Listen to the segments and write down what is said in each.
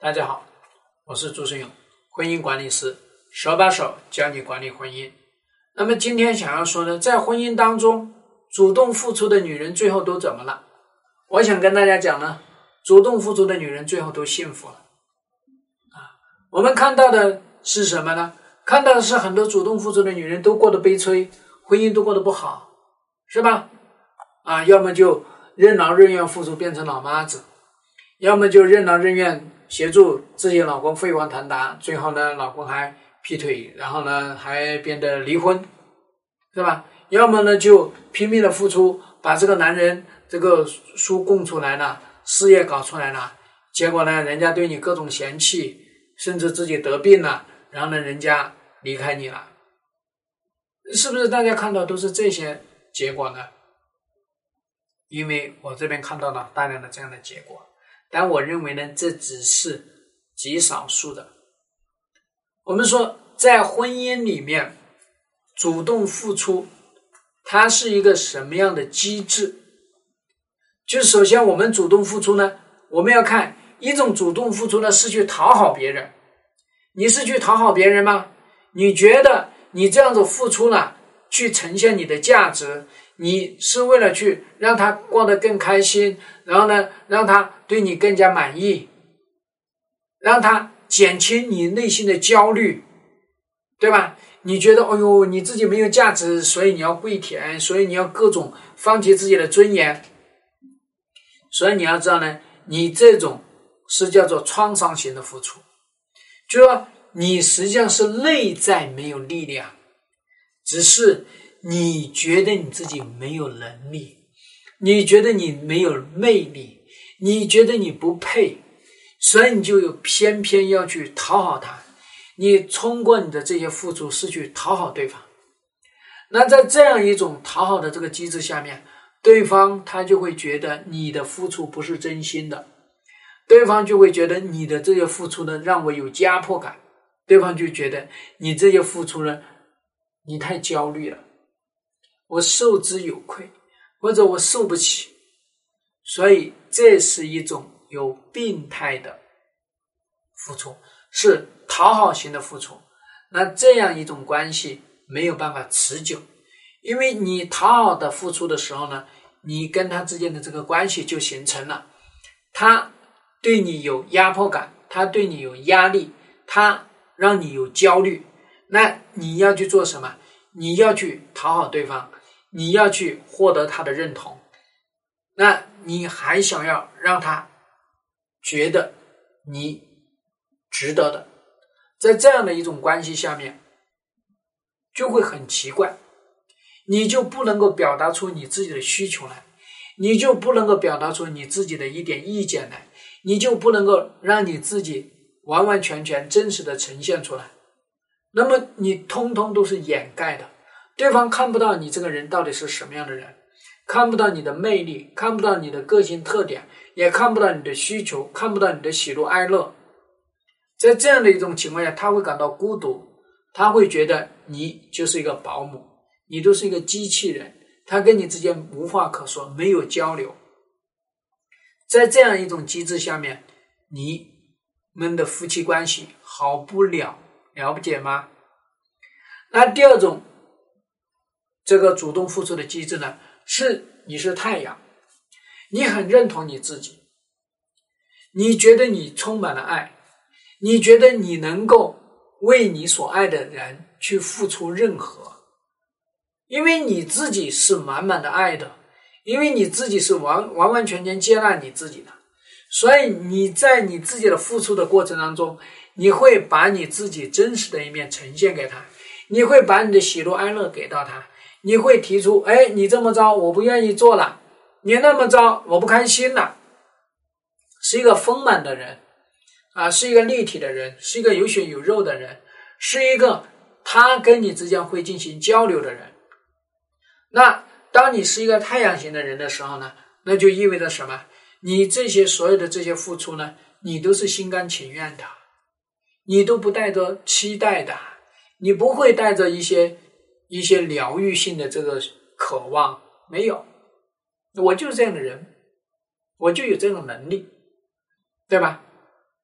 大家好，我是朱生勇，婚姻管理师，手把手教你管理婚姻。那么今天想要说的，在婚姻当中，主动付出的女人最后都怎么了？我想跟大家讲呢，主动付出的女人最后都幸福了。我们看到的是什么呢？看到的是很多主动付出的女人都过得悲催，婚姻都过得不好，是吧？要么就任劳任怨付出变成老妈子，要么就任劳任怨协助自己老公飞黄腾达，最后呢老公还劈腿，然后呢还变得离婚，是吧？要么呢就拼命的付出，把这个男人这个书供出来了，事业搞出来了，结果呢人家对你各种嫌弃，甚至自己得病了，然后呢人家离开你了，是不是大家看到都是这些结果呢？因为我这边看到了大量的这样的结果，但我认为呢这只是极少数的。我们说在婚姻里面主动付出它是一个什么样的机制，就首先我们主动付出呢，我们要看一种主动付出呢是去讨好别人。你是去讨好别人吗？你觉得你这样子付出了去呈现你的价值，你是为了去让他过得更开心，然后呢让他对你更加满意，让他减轻你内心的焦虑，对吧？你觉得你自己没有价值，所以你要跪舔，所以你要各种放弃自己的尊严。所以你要知道呢，你这种是叫做创伤型的付出，就是说你实际上是内在没有力量，只是你觉得你自己没有能力，你觉得你没有魅力，你觉得你不配，所以你就偏偏要去讨好他，你通过你的这些付出是去讨好对方。那在这样一种讨好的这个机制下面，对方他就会觉得你的付出不是真心的，对方就会觉得你的这些付出呢让我有压迫感，对方就觉得你这些付出呢你太焦虑了，我受之有愧，或者我受不起，所以这是一种有病态的付出，是讨好型的付出。那这样一种关系没有办法持久，因为你讨好的付出的时候呢，你跟他之间的这个关系就形成了，他对你有压迫感，他对你有压力，他让你有焦虑，那你要去做什么？你要去讨好对方，你要去获得他的认同，那你还想要让他觉得你值得的，在这样的一种关系下面就会很奇怪，你就不能够表达出你自己的需求来，你就不能够表达出你自己的一点意见来，你就不能够让你自己完完全全真实的呈现出来，那么你通通都是掩盖的，对方看不到你这个人到底是什么样的人，看不到你的魅力，看不到你的个性特点，也看不到你的需求，看不到你的喜怒哀乐。在这样的一种情况下，他会感到孤独，他会觉得你就是一个保姆，你都是一个机器人，他跟你之间无话可说，没有交流。在这样一种机制下面，你们的夫妻关系好不了不解吗？那第二种这个主动付出的机制呢，是你是太阳，你很认同你自己，你觉得你充满了爱，你觉得你能够为你所爱的人去付出任何，因为你自己是满满的爱的，因为你自己是完完全全接纳你自己的，所以你在你自己的付出的过程当中，你会把你自己真实的一面呈现给他，你会把你的喜怒哀乐给到他，你会提出你这么糟我不愿意做了，你那么糟我不开心了，是一个丰满的人是一个立体的人，是一个有血有肉的人，是一个他跟你之间会进行交流的人。那当你是一个太阳型的人的时候呢，那就意味着什么？你这些所有的这些付出呢，你都是心甘情愿的，你都不带着期待的，你不会带着一些疗愈性的这个渴望，没有，我就是这样的人，我就有这种能力，对吧？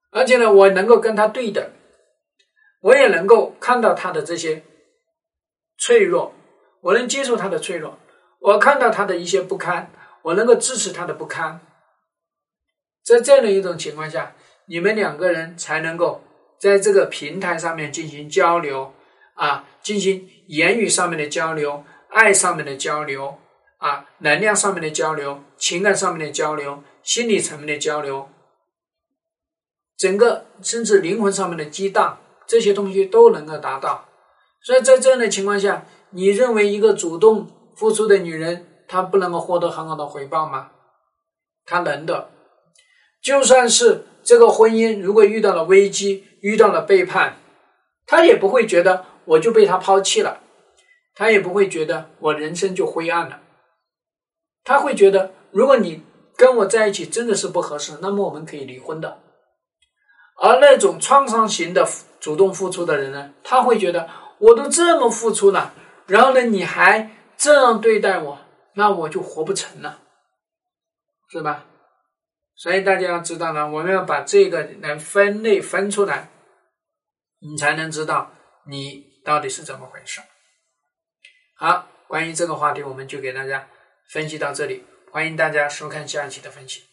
而且呢，我能够跟他对等，我也能够看到他的这些脆弱，我能接受他的脆弱，我看到他的一些不堪，我能够支持他的不堪。在这样的一种情况下，你们两个人才能够在这个平台上面进行交流进行言语上面的交流，爱上面的交流能量上面的交流，情感上面的交流，心理层面的交流，整个甚至灵魂上面的激荡，这些东西都能够达到。所以在这样的情况下，你认为一个主动付出的女人她不能够获得很好的回报吗？她能的。就算是这个婚姻如果遇到了危机，遇到了背叛，她也不会觉得我就被他抛弃了，她也不会觉得我人生就灰暗了，她会觉得如果你跟我在一起真的是不合适，那么我们可以离婚的。而那种创伤型的主动付出的人呢，他会觉得我都这么付出了，然后呢你还这样对待我，那我就活不成了，是吧？所以大家要知道呢，我们要把这个来分类分出来，你才能知道你到底是怎么回事。好，关于这个话题我们就给大家分析到这里，欢迎大家收看下一期的分析。